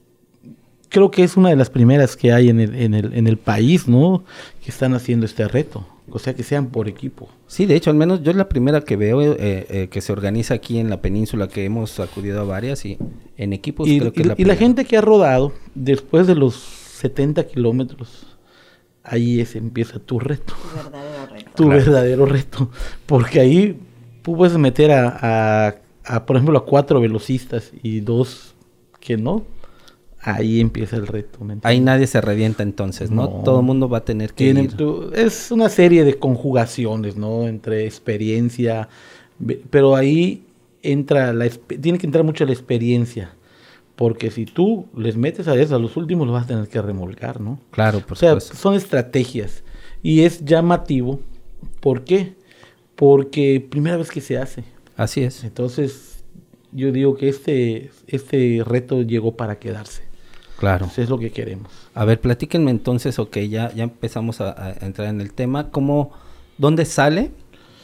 creo que es una de las primeras que hay en el país, ¿no? Que están haciendo este reto. O sea, que sean por equipo. Sí, de hecho, al menos yo es la primera que veo que se organiza aquí en la península, que hemos acudido a varias y en equipos Y, creo que y- es la y la primera. gente que ha rodado, después de los 70 kilómetros, ahí empieza tu reto. Verdadero reto. Tu Claro. verdadero reto. Porque ahí tú puedes meter por ejemplo, a 4 velocistas y 2 que no. Ahí empieza el reto. ¿me entiendes? Ahí nadie se revienta entonces, ¿no? No. Todo el mundo va a tener que Tienen ir. es una serie de conjugaciones, ¿no? Entre experiencia, pero ahí tiene que entrar mucho la experiencia. Porque si tú les metes a eso, a los últimos los vas a tener que remolcar, ¿no? Claro, por O sea, supuesto. son estrategias. Y es llamativo. ¿Por qué? Porque primera vez que se hace. Así es. Entonces, yo digo que este reto llegó para quedarse. Claro. Eso es lo que queremos. A ver, platíquenme entonces, ok, ya empezamos a entrar en el tema. ¿Dónde sale?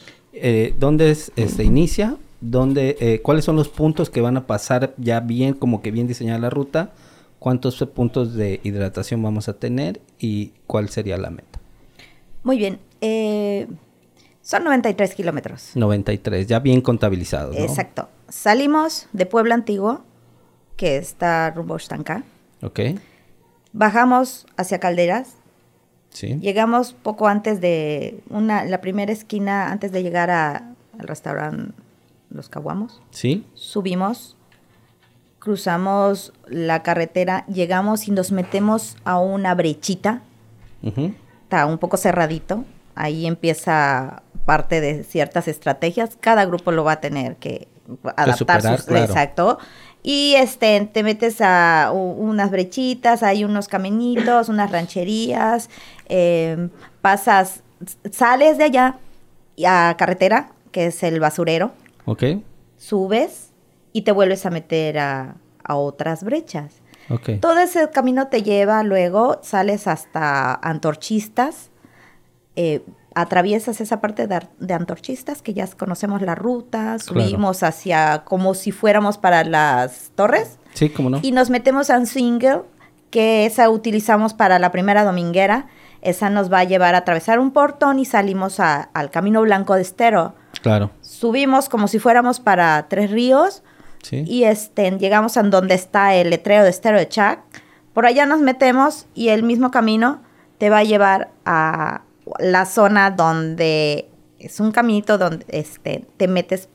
¿Dónde se inicia? ¿Cuáles son los puntos que van a pasar ya bien, como que bien diseñada la ruta? ¿Cuántos puntos de hidratación vamos a tener? ¿Y cuál sería la meta? Muy bien. Son 93 kilómetros. 93, ya bien contabilizados, ¿no? Exacto. Salimos de Puebla Antiguo, que está rumbo a Xtanca. Ok. Bajamos hacia Calderas. Sí. Llegamos poco antes de la primera esquina, antes de llegar al restaurante Los Caguamos. Sí. Subimos, cruzamos la carretera, llegamos y nos metemos a una brechita. Ujú. Está un poco cerradito. Ahí empieza parte de ciertas estrategias. Cada grupo lo va a tener que adaptar superar, claro. Exacto. Y te metes a unas brechitas, hay unos caminitos, unas rancherías, sales de allá a carretera, que es el basurero, Ok. subes y te vuelves a meter a otras brechas. Ok. Todo ese camino te lleva, luego sales hasta Antorchistas, atraviesas esa parte de Antorchistas, que ya conocemos la ruta, subimos hacia como si fuéramos para las torres. Sí, cómo no. Y nos metemos a un single, que esa utilizamos para la primera dominguera. Esa nos va a llevar a atravesar un portón y salimos al Camino Blanco de Estero. Claro. Subimos como si fuéramos para Tres Ríos. Sí. Y llegamos a donde está el letrero de Estero de Chac. Por allá nos metemos y el mismo camino te va a llevar a la zona donde es un caminito donde te metes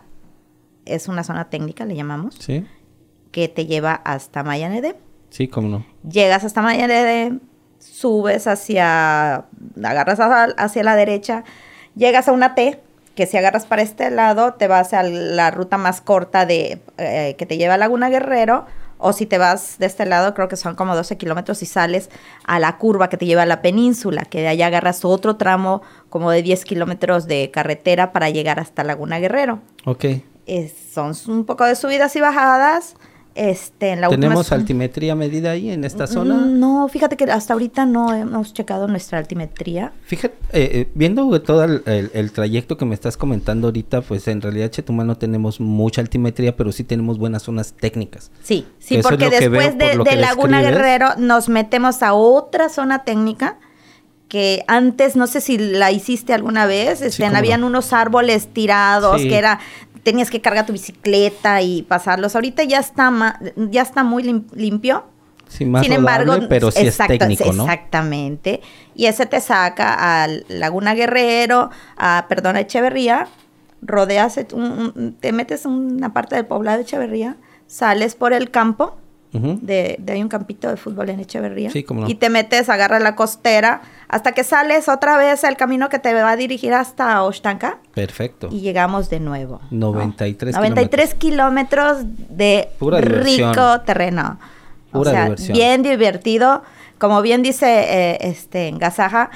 es una zona técnica, le llamamos, Sí. que te lleva hasta Mayanedem. Sí, cómo no. Llegas hasta Mayanedem, subes agarras hacia la derecha, llegas a una T, que si agarras para este lado, te vas a la ruta más corta que te lleva a Laguna Guerrero, o si te vas de este lado, creo que son como 12 kilómetros y sales a la curva que te lleva a la península, que de allá agarras otro tramo como de 10 kilómetros de carretera para llegar hasta Laguna Guerrero. Ok. Son un poco de subidas y bajadas. En la ¿Tenemos última altimetría medida ahí en esta zona? No, fíjate que hasta ahorita no hemos checado nuestra altimetría. Fíjate, viendo todo el trayecto que me estás comentando ahorita, pues en realidad Chetumal no tenemos mucha altimetría, pero sí tenemos buenas zonas técnicas. Sí, Eso porque es lo que después veo por lo de que Laguna describes. Guerrero nos metemos a otra zona técnica que antes, no sé si la hiciste alguna vez, Sí, cómo habían no. unos árboles tirados, Sí. que tenías que cargar tu bicicleta y pasarlos. Ahorita ya está muy limpio. Sí, más Sin rodable, embargo, pero sí exacto, es técnico, ¿no? Exactamente. Y ese te saca a Laguna Guerrero, a Echeverría, rodeas, te metes en una parte del poblado de Echeverría, sales por el campo, Ujú. hay un campito de fútbol en Echeverría, Sí, cómo no. y te metes, agarras la costera, hasta que sales otra vez al camino que te va a dirigir hasta Oxtanca, Perfecto. y llegamos de nuevo. 93 93 kilómetros de Pura rico diversión. terreno. Pura o sea, diversión. bien divertido. Como bien dice en Gazaja,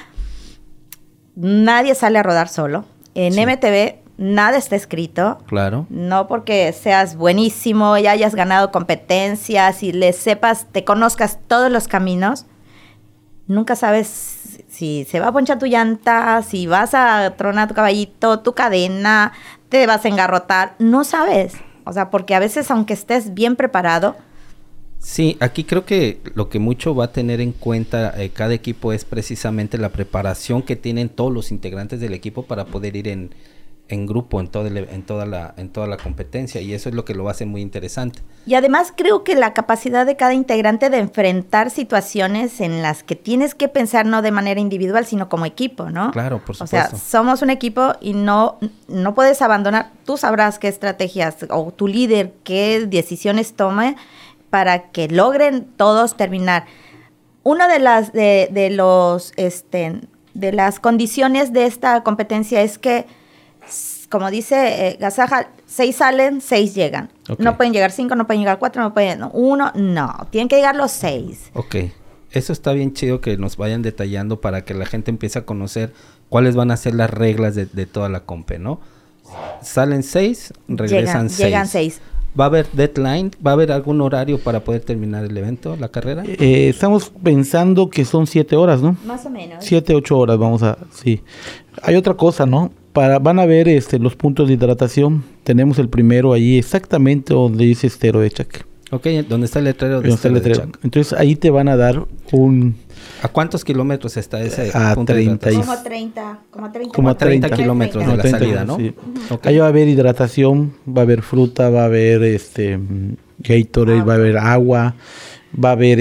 nadie sale a rodar solo. En Sí. MTV nada está escrito. Claro. No porque seas buenísimo y hayas ganado competencias y te conozcas todos los caminos. Nunca sabes si se va a ponchar tu llanta, si vas a tronar tu caballito, tu cadena, te vas a engarrotar. No sabes. O sea, porque a veces, aunque estés bien preparado, Sí, aquí creo que lo que mucho va a tener en cuenta cada equipo es precisamente la preparación que tienen todos los integrantes del equipo para poder ir en grupo en toda la competencia, y eso es lo que lo hace muy interesante. y además creo que la capacidad de cada integrante de enfrentar situaciones en las que tienes que pensar no de manera individual, sino como equipo, ¿no? Claro, por O sea, supuesto. somos un equipo y no puedes abandonar. Tú sabrás qué estrategias o tu líder qué decisiones tome para que logren todos terminar. Una de las condiciones de esta competencia es que, como dice Gazaja, 6 salen, 6 llegan. Ok. No pueden llegar 5, no pueden llegar 4, no pueden 1, no. Tienen que llegar los 6. Ok, eso está bien chido que nos vayan detallando para que la gente empiece a conocer cuáles van a ser las reglas de toda la compe, ¿no? Salen 6, regresan 6. Llegan 6. ¿Va a haber deadline? ¿Va a haber algún horario para poder terminar el evento, la carrera? Estamos pensando que son 7 horas, ¿no? Más o menos. 7, 8 horas, sí. Hay otra cosa, ¿no? Van a ver los puntos de hidratación. Tenemos el primero ahí exactamente donde dice Estero de Chac. Ok, ¿dónde está el letrero de Donde está el Estero de letrero. Chac? Entonces ahí te van a dar ¿A cuántos kilómetros está ese A punto de 30 y- hidratación? Como 30 30 kilómetros de como la 30, salida, ¿no? sí. Ok. Ahí va a haber hidratación, va a haber fruta, va a haber Gatorade, va a haber agua, va a haber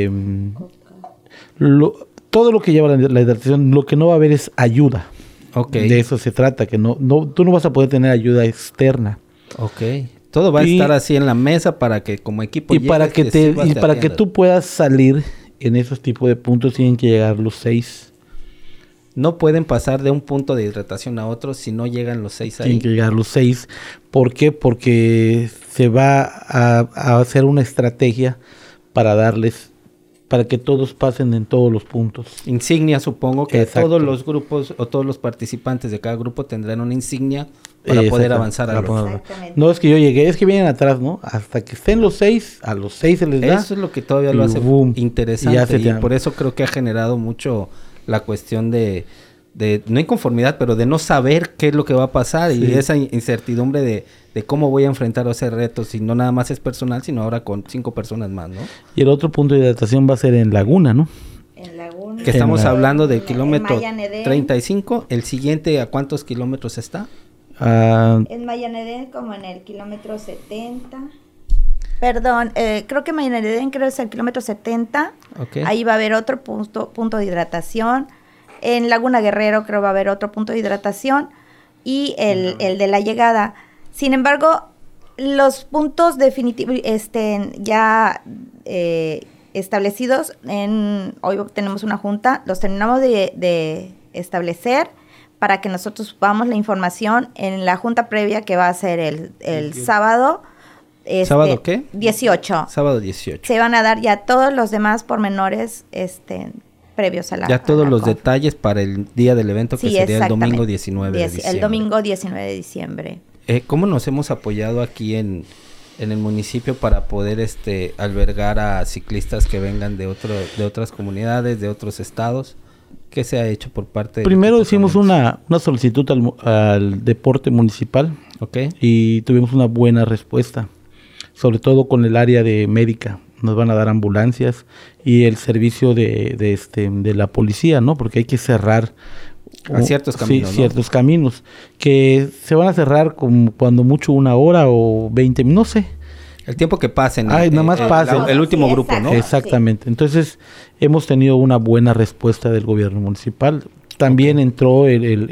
todo lo que lleva la hidratación. Lo que no va a haber es ayuda. Okay. De eso se trata, que tú no vas a poder tener ayuda externa. Okay. Todo va a estar así en la mesa para que como equipo para que tú puedas salir en esos tipos de puntos tienen que llegar los 6. No pueden pasar de un punto de hidratación a otro si no llegan los 6 ahí. Tienen que llegar los 6. ¿Por qué? Porque se va a hacer una estrategia para que todos pasen en todos los puntos. Insignia, supongo que Exacto. todos los grupos o todos los participantes de cada grupo tendrán una insignia para poder avanzar a No es que yo llegué, es que vienen atrás, ¿no? Hasta que estén los 6, a los 6 se les da. Eso es lo que todavía lo hace interesante y por eso creo que ha generado mucho la cuestión de no inconformidad, pero de no saber qué es lo que va a pasar y esa incertidumbre de cómo voy a enfrentar ese reto, si no nada más es personal, sino ahora con 5 personas más, ¿no? Y el otro punto de hidratación va a ser en Laguna, ¿no? En Laguna. Que estamos hablando del kilómetro Mayanedén. 35, el siguiente, ¿a cuántos kilómetros está? En Mayanedén, como en el kilómetro 70. Perdón, creo que Mayanedén es el kilómetro 70. Okay. Ahí va a haber otro punto de hidratación. En Laguna Guerrero creo va a haber otro punto de hidratación. Y el de la llegada. Sin embargo, los puntos definitivos ya establecidos, hoy tenemos una junta, los terminamos de establecer para que nosotros subamos la información en la junta previa que va a ser el sábado. ¿Sábado qué? 18. Sábado 18. Se van a dar ya todos los demás pormenores previos a la... Ya todos los detalles para el día del evento, que sería el domingo 19 de diciembre. El domingo 19 de diciembre. ¿Cómo nos hemos apoyado aquí en el municipio para poder albergar a ciclistas que vengan de otras comunidades, de otros estados? ¿Qué se ha hecho por parte de... Primero hicimos una solicitud al deporte municipal. Okay. Y tuvimos una buena respuesta, sobre todo con el área de médica. Nos van a dar ambulancias y el servicio de la policía, ¿no? Porque hay que cerrar a ciertos caminos, sí, ciertos caminos que se van a cerrar como cuando mucho 1 hora o 20 minutos, no sé. El tiempo que pasen. Nada más pasen. El último grupo, ¿no? Exactamente. Entonces, hemos tenido una buena respuesta del gobierno municipal. También entró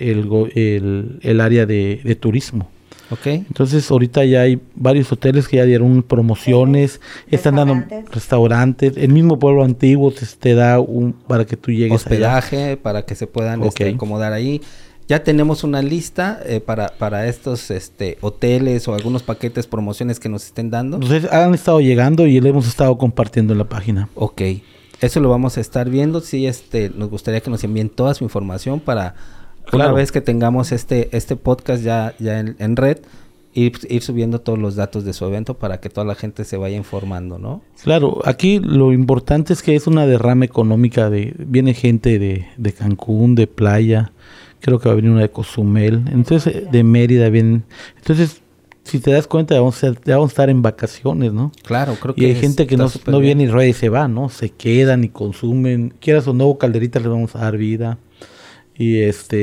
el área de turismo. Okay. Entonces, ahorita ya hay varios hoteles que ya dieron promociones, están dando restaurantes. El mismo pueblo antiguo te da para que tú llegues hospedaje, allá, para que se puedan acomodar ahí. Ya tenemos una lista para estos hoteles o algunos paquetes, promociones que nos estén dando. Entonces, han estado llegando y le hemos estado compartiendo en la página. Ok. Eso lo vamos a estar viendo. Sí, nos gustaría que nos envíen toda su información para una vez que tengamos este podcast ya en red, ir subiendo todos los datos de su evento para que toda la gente se vaya informando, ¿no? Claro, aquí lo importante es que es una derrama económica viene gente de Cancún, de Playa, creo que va a venir una de Cozumel, entonces de Mérida vienen, entonces si te das cuenta ya vamos a estar en vacaciones, ¿no? Claro, creo que y hay gente que no viene y rueda y se va, ¿no? Se quedan y consumen, quieras o no, Calderitas les vamos a dar vida. Y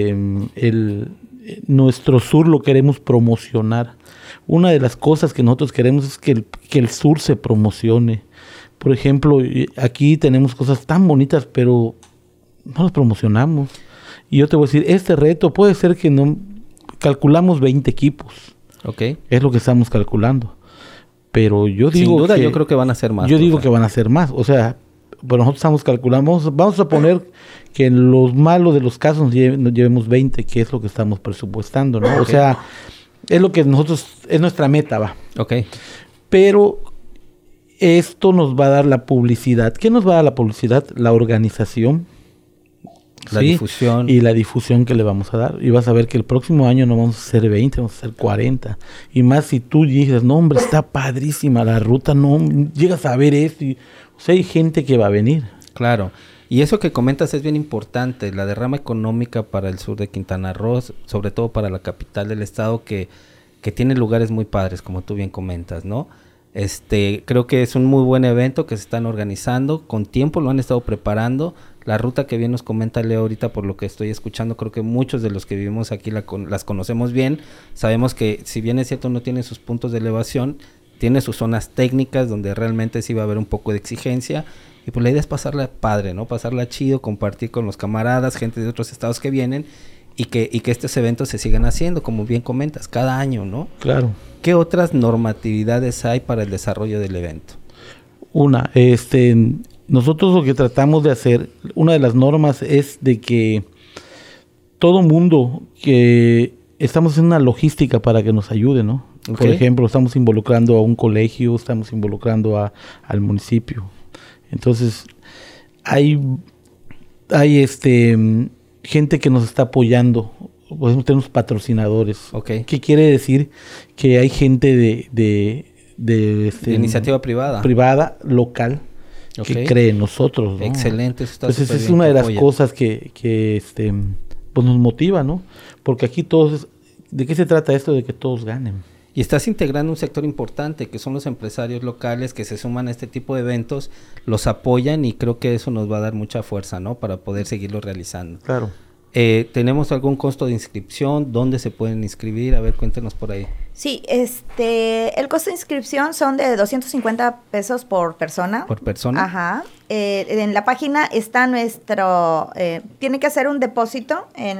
nuestro sur lo queremos promocionar. Una de las cosas que nosotros queremos es que el sur se promocione. Por ejemplo, aquí tenemos cosas tan bonitas, pero no las promocionamos. Y yo te voy a decir, este reto puede ser que no calculamos 20 equipos. Okay. Es lo que estamos calculando. Pero yo digo sin duda yo creo que van a ser más. Yo digo que van a ser más. O sea, pero nosotros estamos calculando, vamos a poner que en los malos de los casos nos llevemos 20, que es lo que estamos presupuestando, ¿no? Okay. O sea, es lo que es nuestra meta, va. Ok. Pero esto nos va a dar la publicidad. ¿Qué nos va a dar la publicidad? La organización. La difusión. Y la difusión que le vamos a dar. Y vas a ver que el próximo año no vamos a hacer 20, vamos a hacer 40. Y más si tú dices, no hombre, está padrísima la ruta, no, llegas a ver esto. O sea, hay gente que va a venir. Claro. Y eso que comentas es bien importante, la derrama económica para el sur de Quintana Roo, sobre todo para la capital del estado, que tiene lugares muy padres, como tú bien comentas, ¿no? Creo que es un muy buen evento que se están organizando, con tiempo lo han estado preparando. La ruta que bien nos comenta Leo ahorita, por lo que estoy escuchando, creo que muchos de los que vivimos aquí las conocemos bien. Sabemos que si bien es cierto no tiene sus puntos de elevación, tiene sus zonas técnicas donde realmente sí va a haber un poco de exigencia. Y pues la idea es pasarla padre, ¿no? Pasarla chido, compartir con los camaradas, gente de otros estados que vienen y que estos eventos se sigan haciendo, como bien comentas, cada año, ¿no? Claro. ¿Qué otras normatividades hay para el desarrollo del evento? Nosotros lo que tratamos de hacer, una de las normas es de que todo mundo que estamos haciendo una logística para que nos ayude, ¿no? Okay. Por ejemplo, estamos involucrando a un colegio, estamos involucrando al municipio. Entonces, hay gente que nos está apoyando. Por ejemplo, tenemos patrocinadores. Okay. ¿Qué quiere decir? Que hay gente de iniciativa privada. Privada, local, que cree en nosotros, ¿no? Excelente. Eso está Entonces, es bien, una de las apoya. cosas que pues nos motiva, ¿no? Porque aquí todos, ¿de qué se trata esto? De que todos ganen. Y estás integrando un sector importante, que son los empresarios locales que se suman a este tipo de eventos, los apoyan y creo que eso nos va a dar mucha fuerza, ¿no? Para poder seguirlo realizando. Claro. ¿Tenemos algún costo de inscripción? ¿Dónde se pueden inscribir? A ver, cuéntenos por ahí. Sí, el costo de inscripción son de 250 pesos por persona. ¿Por persona? Ajá. En la página está tiene que hacer un depósito en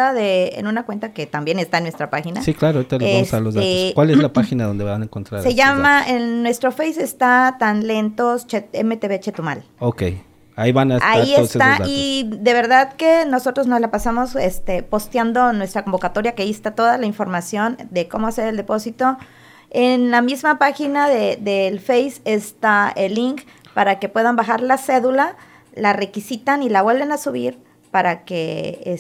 una cuenta que también está en nuestra página. Sí, claro, ahorita les vamos a dar los datos. ¿Cuál es la página donde van a encontrar? Se llama, en nuestro Face está Tan Lentos MTV Chetumal. Ok. Ahí van a estar ahí todos está, esos datos. y de verdad que nosotros nos la pasamos posteando nuestra convocatoria, que ahí está toda la información de cómo hacer el depósito. En la misma página del Face está el link para que puedan bajar la cédula, la requisitan y la vuelven a subir para que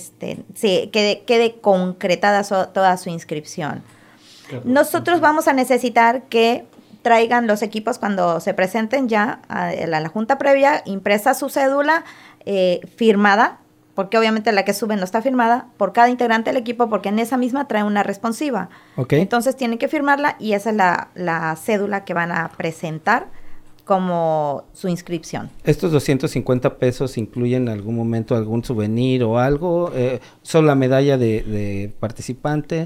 quede concretada toda su inscripción. Nosotros vamos a necesitar que traigan los equipos cuando se presenten ya a la junta previa, impresa su cédula, firmada, porque obviamente la que suben no está firmada, por cada integrante del equipo, porque en esa misma trae una responsiva. Okay. Entonces tienen que firmarla y esa es la cédula que van a presentar como su inscripción. ¿Estos 250 pesos incluyen en algún momento algún souvenir o algo? ¿Son la medalla de participante?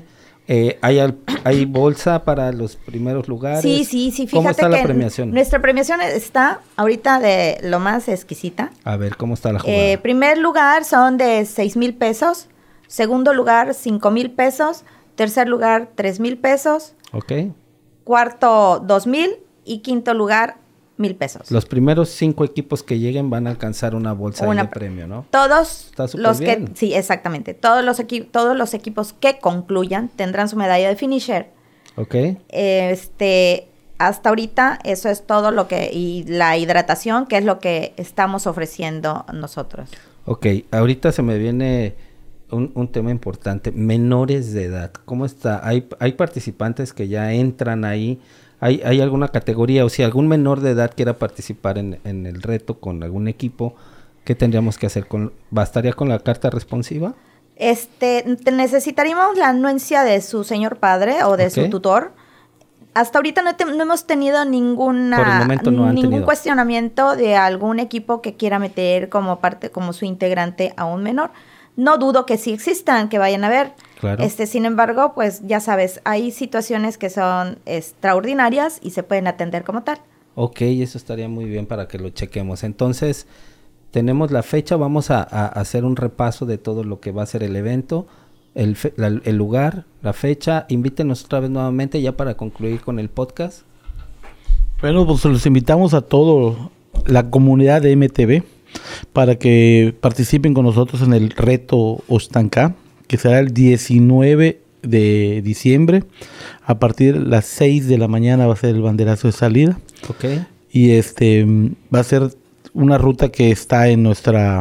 ¿Hay bolsa para los primeros lugares? Sí, fíjate ¿Cómo está que la premiación? Nuestra premiación está ahorita de lo más exquisita. A ver, ¿cómo está la jugada? Primer lugar son de 6,000 pesos, segundo lugar 5,000 pesos, tercer lugar 3,000 pesos, Ok. cuarto 2,000 y quinto lugar 1,000 pesos. Los primeros 5 equipos que lleguen van a alcanzar una bolsa de premio, ¿no? Todos Está súper los bien. sí, exactamente. Todos los equipos que concluyan tendrán su medalla de finisher. Ok. Hasta ahorita eso es todo y la hidratación, que es lo que estamos ofreciendo nosotros. Ok, ahorita se me viene un tema importante. Menores de edad, ¿cómo está? ¿Hay participantes que ya entran ahí? ¿Hay alguna categoría? O si algún menor de edad quiera participar en el reto con algún equipo, ¿qué tendríamos que hacer? ¿Bastaría con la carta responsiva? Necesitaríamos la anuencia de su señor padre o de su tutor. Hasta ahorita no hemos tenido Por el momento no han ningún tenido cuestionamiento de algún equipo que quiera meter como su integrante a un menor. No dudo que sí existan, que vayan a ver. Claro. Sin embargo, pues ya sabes, hay situaciones que son extraordinarias y se pueden atender como tal. Ok, eso estaría muy bien para que lo chequemos. Entonces, tenemos la fecha, vamos a hacer un repaso de todo lo que va a ser el evento, el lugar, la fecha. Invítenos otra vez nuevamente ya para concluir con el podcast. Bueno, pues los invitamos a toda la comunidad de MTV para que participen con nosotros en el reto Ostancá, que será el 19 de diciembre. A partir de las 6 de la mañana va a ser el banderazo de salida. Ok. Y va a ser una ruta que está en nuestra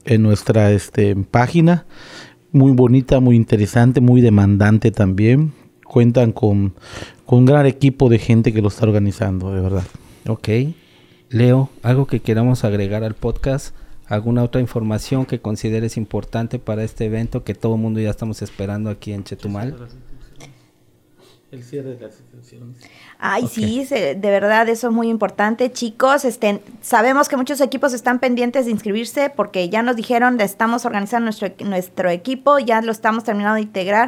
página. Muy bonita, muy interesante, muy demandante también. Cuentan con un gran equipo de gente que lo está organizando, de verdad. Ok. Leo, ¿algo que queramos agregar al podcast? ¿Alguna otra información que consideres importante para este evento que todo el mundo ya estamos esperando aquí en Chetumal? El cierre de las inscripciones. Ay, sí, de verdad, eso es muy importante, chicos. Sabemos que muchos equipos están pendientes de inscribirse porque ya nos dijeron, estamos organizando nuestro equipo, ya lo estamos terminando de integrar.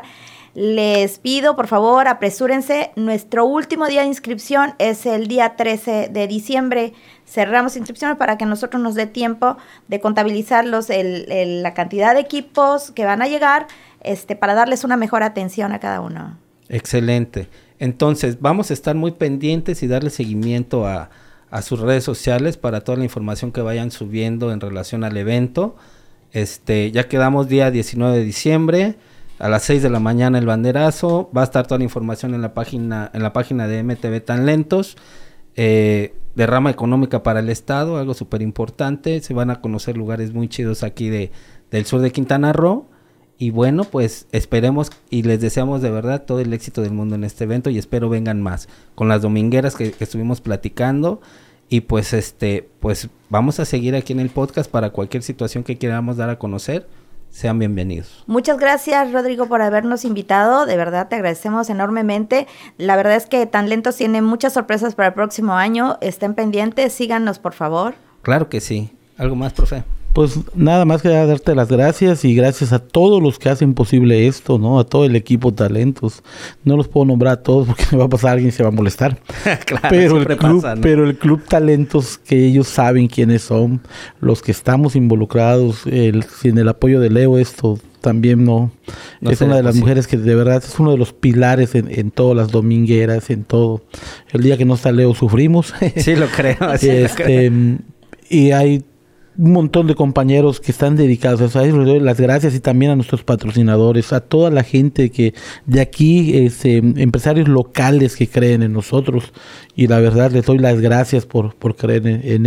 Les pido, por favor, apresúrense. Nuestro último día de inscripción es el día 13 de diciembre. Cerramos inscripciones para que nosotros nos dé tiempo de contabilizar la cantidad de equipos que van a llegar, para darles una mejor atención a cada uno. Excelente. Entonces, vamos a estar muy pendientes y darle seguimiento a sus redes sociales para toda la información que vayan subiendo en relación al evento. Ya quedamos día 19 de diciembre, a las 6 de la mañana el banderazo. Va a estar toda la información en la página de MTV Talentos. Derrama económica para el estado, algo súper importante. Se van a conocer lugares muy chidos aquí del sur de Quintana Roo. Y bueno, pues esperemos y les deseamos de verdad todo el éxito del mundo en este evento, y espero vengan más con las domingueras que estuvimos platicando. Y pues pues vamos a seguir aquí en el podcast para cualquier situación que queramos dar a conocer. Sean bienvenidos. Muchas gracias, Rodrigo, por habernos invitado. De verdad te agradecemos enormemente. La verdad es que Talentos tiene muchas sorpresas para el próximo año. Estén pendientes, síganos, por favor. Claro que sí. ¿Algo más, profe? Pues nada más que darte las gracias, y gracias a todos los que hacen posible esto, ¿no? A todo el equipo Talentos. No los puedo nombrar a todos porque me va a pasar, alguien se va a molestar. Claro, pero el club Talentos, que ellos saben quiénes son, los que estamos involucrados, sin el apoyo de Leo, esto también no es una de las mujeres que de verdad es uno de los pilares en todas las domingueras, en todo. El día que no está Leo sufrimos. Sí, lo creo. Sí, lo creo. Y hay un montón de compañeros que están dedicados a eso. Les doy las gracias, y también a nuestros patrocinadores, a toda la gente que de aquí, empresarios locales que creen en nosotros, y la verdad les doy las gracias por creer en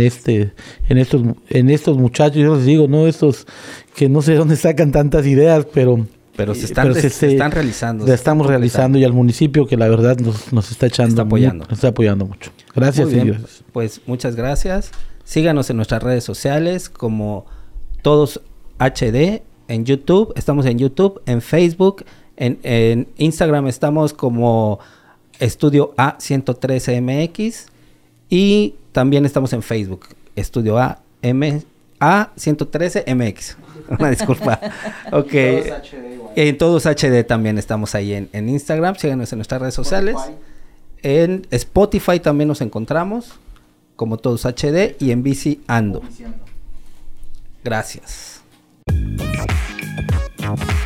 estos muchachos. Yo les digo, no, estos que no sé dónde sacan tantas ideas, pero se están realizando. La estamos realizando, y al municipio, que la verdad nos está echando, nos está apoyando mucho. Gracias. Muy bien, gracias. Pues muchas gracias. Síganos en nuestras redes sociales como Todos HD en YouTube. Estamos en YouTube, en Facebook, en Instagram estamos como Estudio A113MX, y también estamos en Facebook, Estudio A113MX. Una disculpa. Ok. En Todos HD también estamos ahí en Instagram. Síganos en nuestras redes sociales. En Spotify también nos encontramos como Todos HD, y en Bici Ando. Gracias.